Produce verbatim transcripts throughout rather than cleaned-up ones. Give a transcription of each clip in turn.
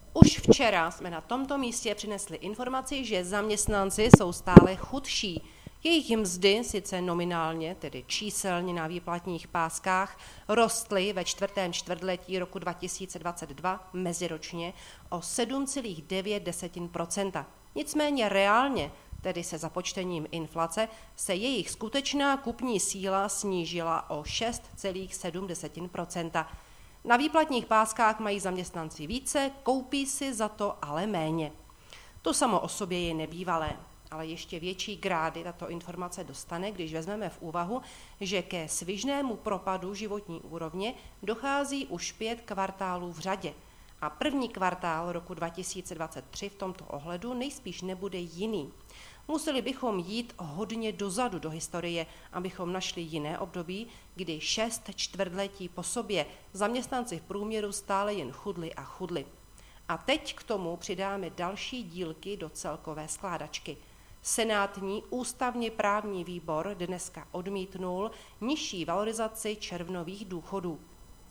Už včera jsme na tomto místě přinesli informaci, že zaměstnanci jsou stále chudší. Jejich mzdy sice nominálně, tedy číselně na výplatních páskách, rostly ve čtvrtém čtvrtletí roku dva tisíce dvacet dva meziročně o sedm celá devět procenta. Nicméně reálně, tedy se započtením inflace, se jejich skutečná kupní síla snížila o šest celá sedm procenta. Na výplatních páskách mají zaměstnanci více, koupí si za to ale méně. To samo o sobě je nebývalé, ale ještě větší grády tato informace dostane, když vezmeme v úvahu, že ke svižnému propadu životní úrovně dochází už pět kvartálů v řadě a první kvartál roku dva tisíce dvacet tři v tomto ohledu nejspíš nebude jiný. Museli bychom jít hodně dozadu do historie, abychom našli jiné období, kdy šest čtvrtletí po sobě zaměstnanci v průměru stále jen chudli a chudli. A teď k tomu přidáme další dílky do celkové skládačky. Senátní ústavně právní výbor dneska odmítnul nižší valorizaci červnových důchodů.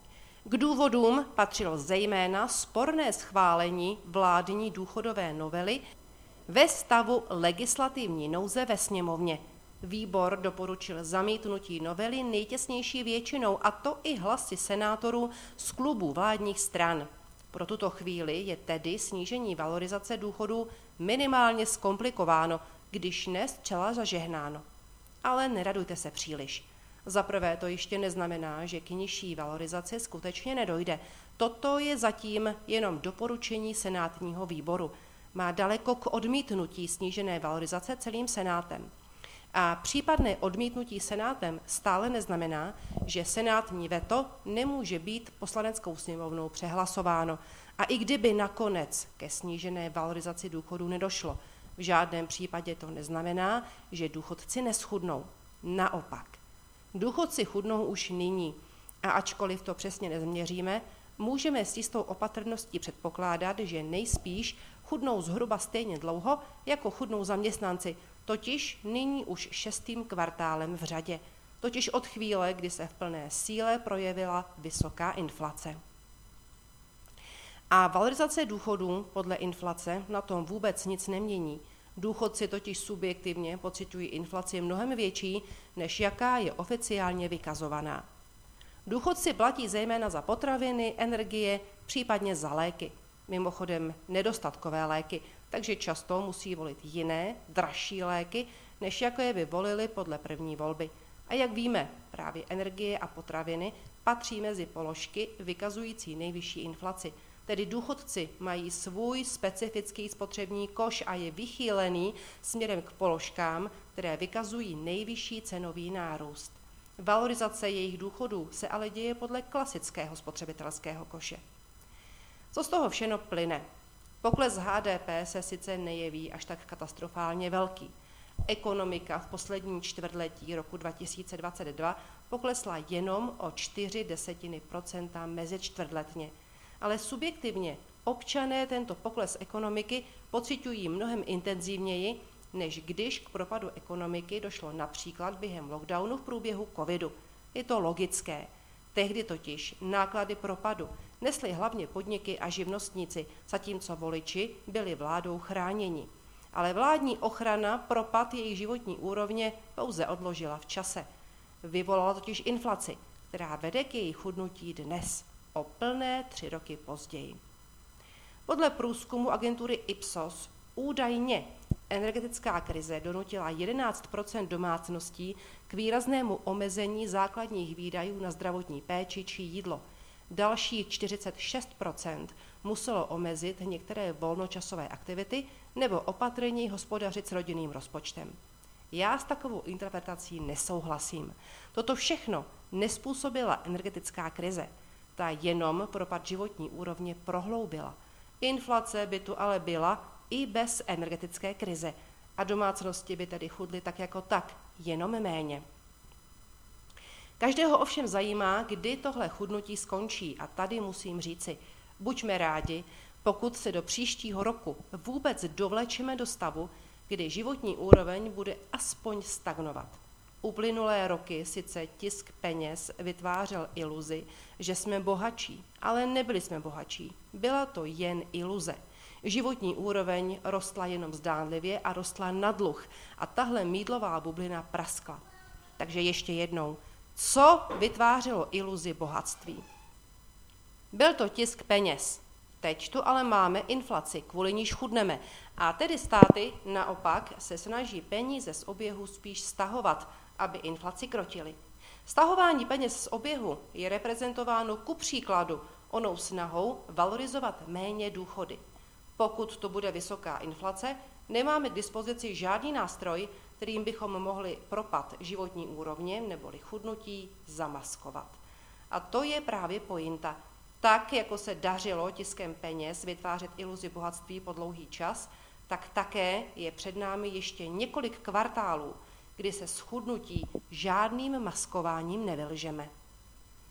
K důvodům patřilo zejména sporné schválení vládní důchodové novely ve stavu legislativní nouze ve sněmovně. Výbor doporučil zamítnutí novely nejtěsnější většinou, a to i hlasy senátorů z klubů vládních stran. Pro tuto chvíli je tedy snížení valorizace důchodů minimálně zkomplikováno, když ne zcela zažehnáno. Ale neradujte se příliš. Za prvé to ještě neznamená, že k nižší valorizaci skutečně nedojde. Toto je zatím jenom doporučení senátního výboru. Má daleko k odmítnutí snížené valorizace celým senátem. A případné odmítnutí senátem stále neznamená, že senátní veto nemůže být poslaneckou sněmovnou přehlasováno. A i kdyby nakonec ke snížené valorizaci důchodů nedošlo, v žádném případě to neznamená, že důchodci neschudnou. Naopak. Důchodci chudnou už nyní a ačkoliv to přesně nezměříme, můžeme s jistou opatrností předpokládat, že nejspíš chudnou zhruba stejně dlouho, jako chudnou zaměstnanci, totiž nyní už šestým kvartálem v řadě, totiž od chvíle, kdy se v plné síle projevila vysoká inflace. A valorizace důchodů podle inflace na tom vůbec nic nemění. Důchodci totiž subjektivně pociťují inflaci mnohem větší, než jaká je oficiálně vykazovaná. Důchodci platí zejména za potraviny, energie, případně za léky. Mimochodem nedostatkové léky, takže často musí volit jiné, dražší léky, než jaké by volili podle první volby. A jak víme, právě energie a potraviny patří mezi položky vykazující nejvyšší inflaci. Tedy důchodci mají svůj specifický spotřební koš a je vychýlený směrem k položkám, které vykazují nejvyšší cenový nárůst. Valorizace jejich důchodů se ale děje podle klasického spotřebitelského koše. Co z toho všechno plyne? Pokles H D P se sice nejeví až tak katastrofálně velký. Ekonomika v posledním čtvrtletí roku dva tisíce dvacet dva poklesla jenom o čtyři desetiny procenta mezičtvrtletně. Ale subjektivně občané tento pokles ekonomiky pociťují mnohem intenzivněji, než když k propadu ekonomiky došlo například během lockdownu v průběhu covidu. Je to logické. Tehdy totiž náklady propadu nesly hlavně podniky a živnostníci, zatímco voliči byli vládou chráněni. Ale vládní ochrana propad jejich životní úrovně pouze odložila v čase. Vyvolala totiž inflaci, která vede k jejich chudnutí dnes, o plné tři roky později. Podle průzkumu agentury Ipsos údajně energetická krize donutila jedenáct procent domácností k výraznému omezení základních výdajů na zdravotní péči či jídlo. Dalších čtyřicet šest procent muselo omezit některé volnočasové aktivity nebo opatrněji hospodařit s rodinným rozpočtem. Já s takovou interpretací nesouhlasím. Toto všechno nespůsobila energetická krize. Ta jenom propad životní úrovně prohloubila. Inflace by tu ale byla i bez energetické krize a domácnosti by tedy chudly tak jako tak, jenom méně. Každého ovšem zajímá, kdy tohle chudnutí skončí a tady musím říci, buďme rádi, pokud se do příštího roku vůbec dovlečeme do stavu, kdy životní úroveň bude aspoň stagnovat. Uplynulé roky sice tisk peněz vytvářel iluzi, že jsme bohatší, ale nebyli jsme bohatší. Byla to jen iluze. Životní úroveň rostla jenom zdánlivě a rostla na dluh a tahle mýdlová bublina praskla. Takže ještě jednou, co vytvářelo iluzi bohatství? Byl to tisk peněz. Teď tu ale máme inflaci, kvůli níž chudneme. A tedy státy naopak se snaží peníze z oběhu spíš stahovat, aby inflaci krotili. Stahování peněz z oběhu je reprezentováno ku příkladu onou snahou valorizovat méně důchody. Pokud to bude vysoká inflace, nemáme k dispozici žádný nástroj, kterým bychom mohli propad životní úrovně neboli chudnutí zamaskovat. A to je právě pointa. Tak, jako se dařilo tiskem peněz vytvářet iluzi bohatství po dlouhý čas, tak také je před námi ještě několik kvartálů, kdy se z chudnutí žádným maskováním nevylžeme.